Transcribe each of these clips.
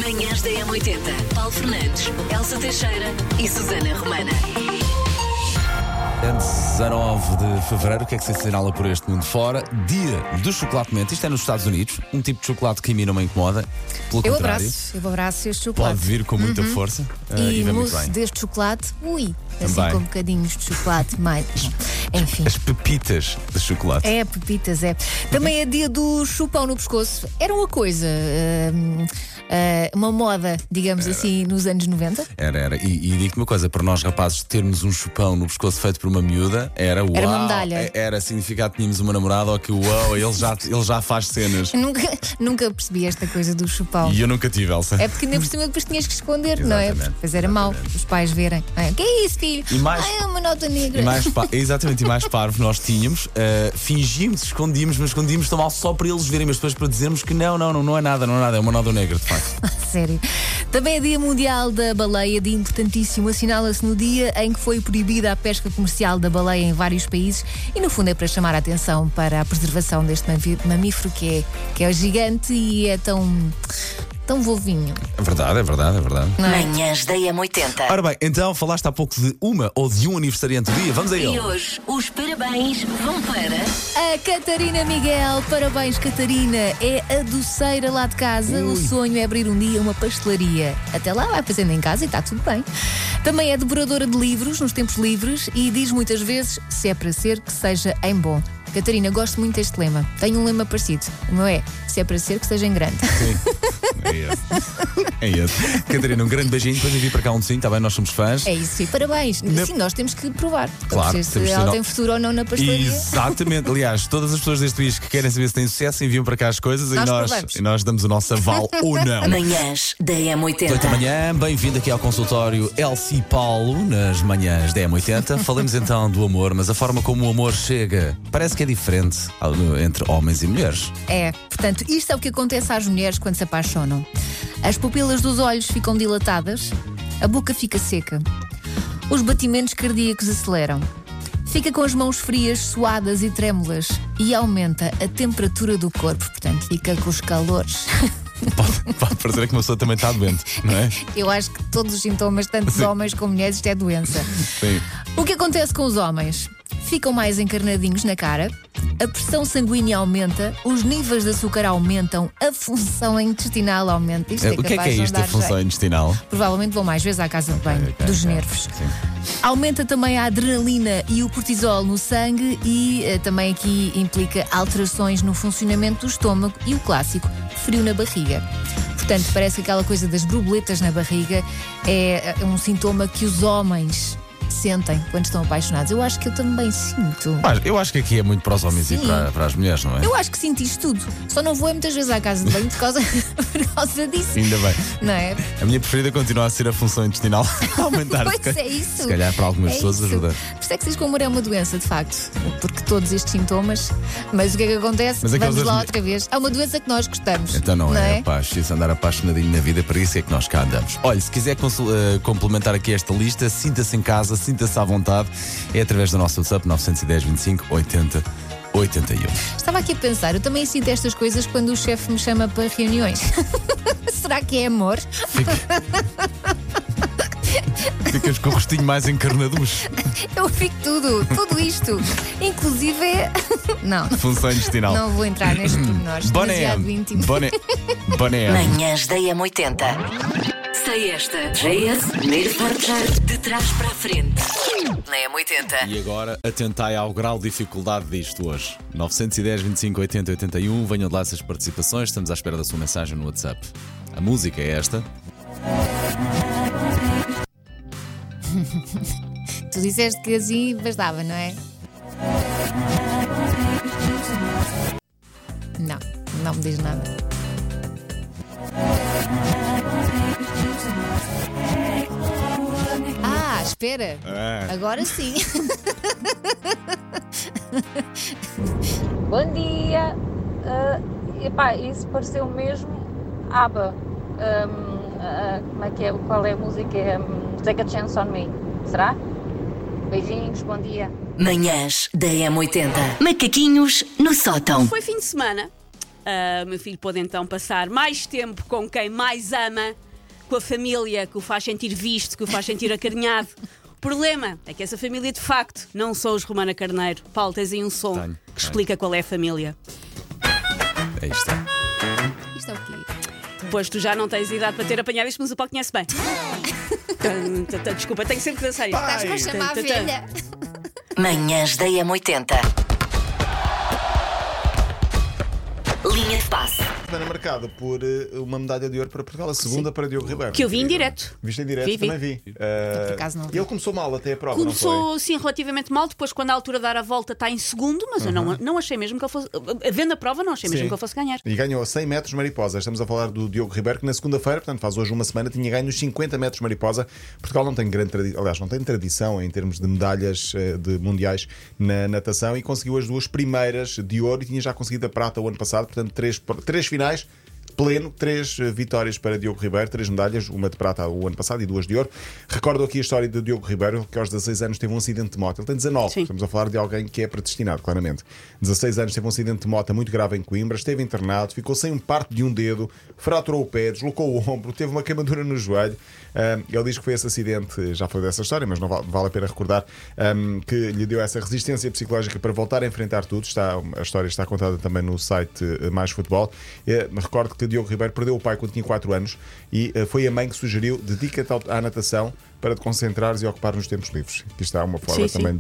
Manhãs da M80. Paulo Fernandes, Elsa Teixeira e Susana Romana. 19 de fevereiro, o que é que se assinala por este mundo fora? Dia do chocolate mente. Isto é nos Estados Unidos. Um tipo de chocolate que a mim não me incomoda. Pelo contrário, eu abraço este chocolate. pode vir com muita força. E vem muito mousse bem. deste chocolate, assim Também. com bocadinhos de chocolate mais. Enfim. As pepitas de chocolate. É, pepitas, é. Também é dia do chupão no pescoço. Era uma coisa, uma moda, digamos assim, nos anos 90. Era. E digo-te uma coisa, para nós rapazes termos um chupão no pescoço feito por uma miúda, era uau. Era uma medalha. Era significado que tínhamos uma namorada ou que uau, ele já faz cenas. Nunca percebi esta coisa do chupão. E eu nunca tive, Elsa. É porque ainda por cima depois tinhas que esconder, não é? Exatamente, Porque depois era mau os pais verem. O que é isso, filho? E mais- É uma nota negra. Exatamente, e mais parvo nós tínhamos, fingíamos, escondíamos, mas escondíamos tão mal só para eles verem, mas depois para dizermos que não é nada, é uma nota negra, de facto. Sério. Também é Dia Mundial da Baleia, dia importantíssimo. Assinala-se no dia em que foi proibida a pesca comercial da baleia em vários países e, no fundo, é para chamar a atenção para a preservação deste mamífero que é gigante e é tão vovinho. É verdade. Não é? Manhãs da M80. Ora bem, então falaste há pouco de uma ou de um aniversariante do dia, vamos a E ele. hoje os parabéns vão para... A Catarina Miguel, parabéns Catarina, é a doceira lá de casa. O sonho é abrir um dia uma pastelaria. Até lá vai fazendo em casa e está tudo bem. Também é devoradora de livros nos tempos livres e diz muitas vezes, se é para ser, que seja em bom. Catarina, gosto muito deste lema. Tenho um lema parecido. O meu é, se é para ser, que seja em grande. Sim, é esse. Catarina, um grande beijinho, depois envie para cá um docinho, está bem? Nós somos fãs. É isso, e parabéns. Sim, nós temos que provar. Claro, Para perceber temos se que ela ser tem futuro ou não na pastelaria. Exatamente, aliás, todas as pessoas deste país que querem saber se têm sucesso enviam para cá as coisas Nós e provamos. nós damos o nosso aval ou não. Manhãs da 8 da M80. manhã, bem-vindo aqui ao consultório Elsie Paulo, nas manhãs da M80. Falemos então do amor, mas a forma como o amor chega parece que é diferente entre homens e mulheres. É, portanto, isto é o que acontece às mulheres quando se apaixonam. As pupilas dos olhos ficam dilatadas, a boca fica seca, os batimentos cardíacos aceleram, fica com as mãos frias, suadas e trêmulas e aumenta a temperatura do corpo, portanto, fica com os calores. Pode parecer que uma pessoa também está doente, não é? Eu acho que todos os sintomas, tanto de homens como mulheres, isto é doença. Sim. O que acontece com os homens? Ficam mais encarnadinhos na cara, a pressão sanguínea aumenta, os níveis de açúcar aumentam, a função intestinal aumenta. Isto O que é capaz de não isto, a dar função jeito. intestinal? Provavelmente vão mais vezes à casa de banho, Ok, dos ok. nervos. Sim. Aumenta também a adrenalina e o cortisol no sangue e também aqui implica alterações no funcionamento do estômago e o clássico, frio na barriga. Portanto, parece que aquela coisa das borboletas na barriga é um sintoma que os homens sentem quando estão apaixonados. Eu acho que eu também sinto. Mas eu acho que aqui é muito para os homens e Sim. para as mulheres, não é? Eu acho que sinto isto tudo. Só não vou muitas vezes à casa de banho por causa disso. Ainda bem. Não é? A minha preferida continua a ser a função intestinal. Aumentar. Pois é isso. Se calhar para algumas É pessoas isso. ajuda. Por isso é que se diz que o amor é uma doença, de facto. Porque todos estes sintomas. Mas o que é que acontece? Mas aquelas Vamos lá das- outra vez. É uma doença que nós gostamos. Então não é, rapaz, se andar apaixonadinho na vida, para isso é que nós cá andamos. Olha, se quiser complementar aqui esta lista, sinta-se em casa, sinta-se à vontade, é através do nosso WhatsApp 910 25 80 81. Estava aqui a pensar, eu também sinto estas coisas quando o chefe me chama para reuniões. Será que é amor? Ficas com o rostinho mais encarnaducho. Eu fico tudo isto. Inclusive é. Não, Função intestinal. não vou entrar nestes pormenores. Demasiado íntimo. Boné. Manhãs da M80. Sei esta. JS, primeiro forjar de trás para a frente. Na M80. E agora atentai ao grau de dificuldade disto hoje. 910 25 80 81. Venham de lá essas participações. Estamos à espera da sua mensagem no WhatsApp. A música é esta. Tu disseste que assim bastava, não é? Não me diz nada. Espera. Agora sim. Bom dia. Epá, isso pareceu mesmo ABBA. Como é que é? Qual é a música? Take a Chance on Me. Será? Beijinhos, bom dia. Manhãs da M80. Macaquinhos no sótão. Foi fim de semana. O meu filho pôde então passar mais tempo com quem mais ama, com a família que o faz sentir visto, que o faz sentir acarinhado. O problema é que essa família de facto não são os Romana Carneiro. Paulo, tens aí um som que explica qual é a família. Aí está. Isto é o quê? Pois tu já não tens idade para ter apanhado isto, mas o Paulo conhece bem. Desculpa, tenho sempre que dançar isto. Estás-me a chamar a velha. Manhãs da M80. Linha de passe. Semana marcada por uma medalha de ouro para Portugal, a segunda para Diogo Ribeiro. Que eu vi em direto. Viste em direto? Vi. Também vi. Por acaso não vi. Ele começou mal até a prova, não Começou, sim, relativamente mal. Depois, quando a altura de dar a volta, está em segundo. Mas eu não achei mesmo que ele fosse. Vendo a prova, não achei mesmo que ele fosse ganhar. E ganhou a 100 metros mariposa. Estamos a falar do Diogo Ribeiro, que na segunda-feira, portanto faz hoje uma semana, tinha ganho os 50 metros mariposa. Portugal não tem grande tradição, aliás, não tem tradição em termos de medalhas de mundiais na natação, e conseguiu as duas primeiras de ouro e tinha já conseguido a prata o ano passado. Portanto, três finais. Pleno, 3 vitórias para Diogo Ribeiro, 3 medalhas, uma de prata o ano passado e 2 de ouro. Recordo aqui a história de Diogo Ribeiro, que aos 16 anos teve um acidente de moto. Ele tem 19, Sim. Estamos a falar de alguém que é predestinado, claramente. 16 anos, teve um acidente de moto muito grave em Coimbra, esteve internado, ficou sem um parte de um dedo, fraturou o pé, deslocou o ombro, teve uma queimadura no joelho. Ele diz que foi esse acidente, já falei dessa história, mas não vale a pena recordar, que lhe deu essa resistência psicológica para voltar a enfrentar tudo. A história está contada também no site Mais Futebol. Recordo que Diogo Ribeiro perdeu o pai quando tinha 4 anos e foi a mãe que sugeriu: dedica-te à natação para te concentrares e ocupar nos tempos livres. Aqui está uma forma também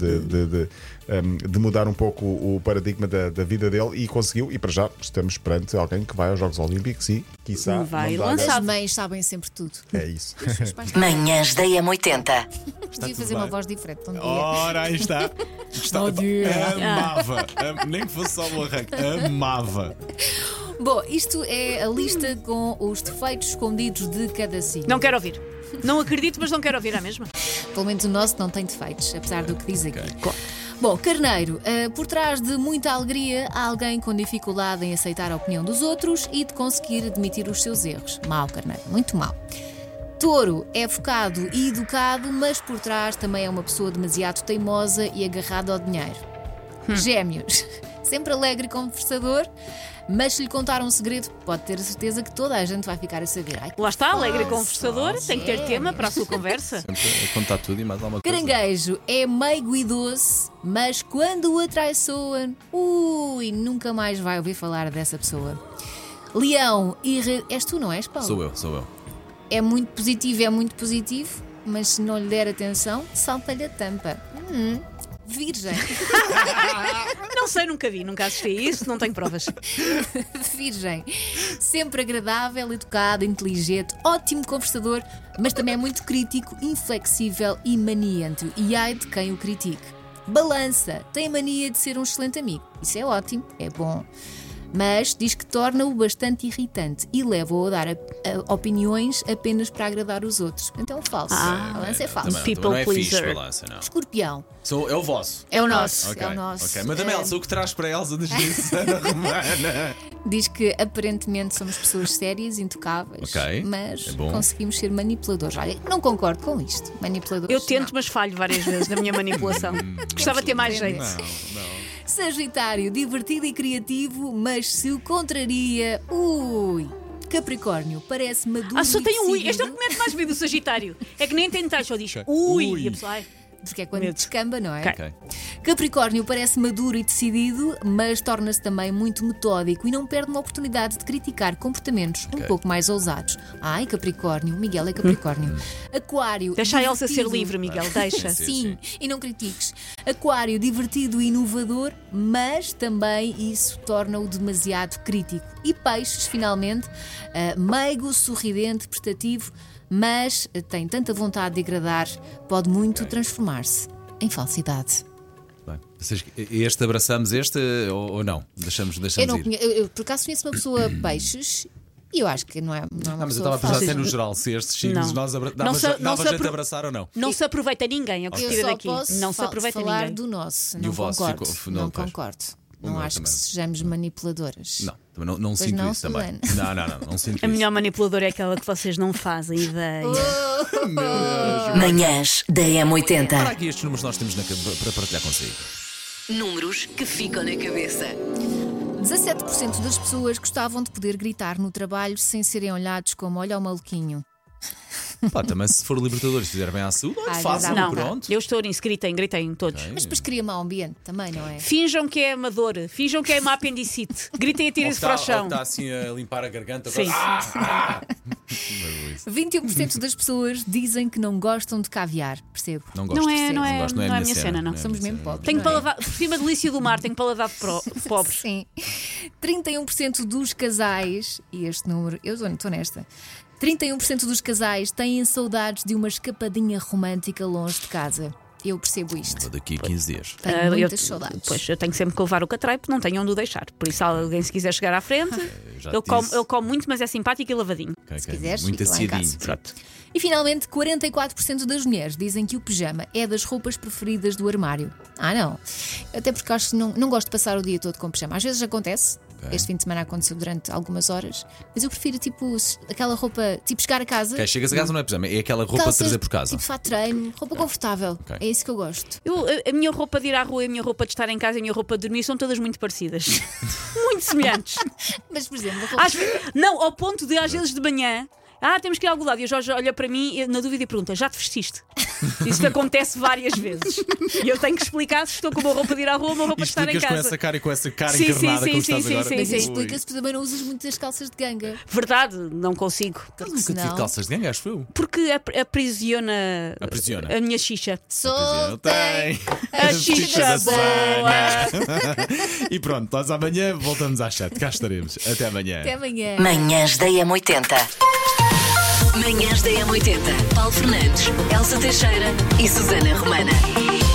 de mudar um pouco o paradigma da vida dele, e conseguiu. E para já estamos perante alguém que vai aos Jogos Olímpicos e, quiçá, vai uma medalha. lançar. As mães sabem sempre tudo. É isso. Manhãs da M80. Devia fazer uma voz diferente um dia. Ora, aí está. Bom dia. Amava. Nem que fosse só o arranque. Amava. Bom, isto é a lista com os defeitos escondidos de cada signo. Não quero ouvir. Não acredito, mas não quero ouvir a mesma. Pelo menos o nosso não tem defeitos, apesar do que diz aqui. Bom, Carneiro, por trás de muita alegria há alguém com dificuldade em aceitar a opinião dos outros e de conseguir admitir os seus erros. Mau, Carneiro, muito mau. Touro é focado e educado, mas por trás também é uma pessoa demasiado teimosa e agarrada ao dinheiro. Gêmeos, sempre alegre e conversador, mas se lhe contar um segredo, pode ter a certeza que toda a gente vai ficar a saber. Ai, Lá está, alegre e conversador. Tem que ter é. tema para a sua conversa. Sempre a contar tudo e mais alguma coisa. Caranguejo é meigo e doce, mas quando o atraiçoam, nunca mais vai ouvir falar dessa pessoa. Leão, és tu, não és, Paulo? Sou eu. É muito positivo, mas se não lhe der atenção, salta-lhe a tampa. Virgem. Não sei, nunca vi, nunca assisti a isso, não tenho provas. Virgem. Sempre agradável, educado, inteligente, ótimo conversador, mas também é muito crítico, inflexível e maniante. E ai de quem o critique. Balança. Tem mania de ser um excelente amigo. Isso é ótimo, é bom. Mas diz que torna-o bastante irritante e leva-o a dar opiniões apenas para agradar os outros. Então, falso. Balança é falso. People não é fixe, pleaser. balança, não. Escorpião. É o vosso. É o nosso. Ok, É o nosso. ok. Mas também, Elsa, o que traz para Elsa diz isso, Ana Romana? Diz que aparentemente somos pessoas sérias, intocáveis, Ok, mas é bom. conseguimos ser manipuladores. Olha, não concordo com isto. Manipuladores. Eu tento, não. mas falho várias vezes na minha manipulação. Gostava de ter mais jeito. Não. Sagitário, divertido e criativo, mas se o contraria, Capricórnio, parece maduro. Só e tem um ui. decidido. Este é o que mete mais medo do Sagitário. É que nem tem detalhes, só diz ui. Ui. E a pessoa, ai, Porque é quando Medo. descamba, não é? Ok. Capricórnio parece maduro e decidido, mas torna-se também muito metódico e não perde uma oportunidade de criticar comportamentos um pouco mais ousados. Ai, Capricórnio, Miguel é Capricórnio. Aquário. deixa a Elsa ser divertido. livre, Miguel, deixa. Sim, e não critiques. Aquário, divertido e inovador, mas também isso torna-o demasiado crítico. E peixes, finalmente, meigo, sorridente, prestativo, mas tem tanta vontade de agradar, pode muito transformar-se em falsidade. Bem, este abraçamos ou não? Deixamos Eu não ir. conheço, eu por acaso conheço uma pessoa peixes e eu acho que não é uma Mas eu pessoa estava a pensar fácil. até no geral, se estes signos Não. nós Não dava se- não se gente apro- a abraçar ou não? Não se aproveita ninguém, é o que Eu se tira só daqui. posso Não se aproveita falar ninguém. do nosso. E Não o vosso concordo. ficou- Não não, pois. concordo. O Não meu acho que também. sejamos manipuladoras. Não, também não sinto não, isso também. Susana. Não sinto A isso. melhor manipuladora é aquela que vocês não fazem ideia. Manhãs da Para M80. aqui estes números nós temos para partilhar consigo. Números que ficam na cabeça. 17% das pessoas gostavam de poder gritar no trabalho sem serem olhados como olha o maluquinho. Pá, também se for Libertadores fizer bem à saúde, Às fácil, vezes há Não, pronto. eu estou nisso, gritem todos. Mas depois cria mau ambiente também, não é? Finjam que é amador, finjam que é uma apendicite. Gritem e atirem-se para o chão. Está assim a limpar a garganta. Sim. 21% das pessoas dizem que não gostam de caviar. Percebo. Não gosto. Não é gosto, a minha cena, não. é a Somos minha mesmo cena. pobres. Tenho não é? paladar, por cima delícia do mar, tenho paladar de pobres. Sim. 31% dos casais, e este número, eu estou nesta. 31% dos casais têm saudades de uma escapadinha romântica longe de casa. Eu percebo isto. Vou daqui a 15 dias. Tenho muitas saudades. Pois, eu tenho sempre que levar o catraio porque não tenho onde o deixar. Por isso, se alguém se quiser chegar à frente, já ele te disse. come muito, mas é simpático e lavadinho. Se quiseres, Muito fica lá em aciadinho. casa. Pronto. E finalmente, 44% das mulheres dizem que o pijama é das roupas preferidas do armário. Ah, não. Até porque acho que não gosto de passar o dia todo com pijama. Às vezes acontece. Este fim de semana aconteceu durante algumas horas. Mas eu prefiro, tipo, aquela roupa, tipo, chegar a casa. Ok, chegas a casa não é pijama, é aquela roupa de calças, trazer por casa. Tipo, fato de treino, roupa confortável. Ok. É isso que eu gosto. A minha roupa de ir à rua e a minha roupa de estar em casa e a minha roupa de dormir são todas muito parecidas. Muito semelhantes. Mas, por exemplo, a roupa... Não, ao ponto de às vezes de manhã. Temos que ir a algum lado. E o Jorge olha para mim na dúvida e pergunta: já te vestiste? Isto acontece várias vezes. E eu tenho que explicar se estou com uma roupa de ir à rua ou uma roupa E de estar em explicas casa. com essa cara e com essa cara Sim, encarnada sim, como sim, estás sim, agora. sim, Mas sim. explica-se porque também não usas muitas calças de ganga. Verdade, não consigo. Nunca tive senão- calças de gangue, acho eu. Porque aprisiona Aprisiona. a minha xixa. Não tem. A xixa da boa. Susana. E pronto, nós amanhã voltamos às 7. Cá estaremos. Até amanhã. Até amanhã. Manhãs da M80. Manhãs da M80. Paulo Fernandes, Elsa Teixeira e Susana Romana.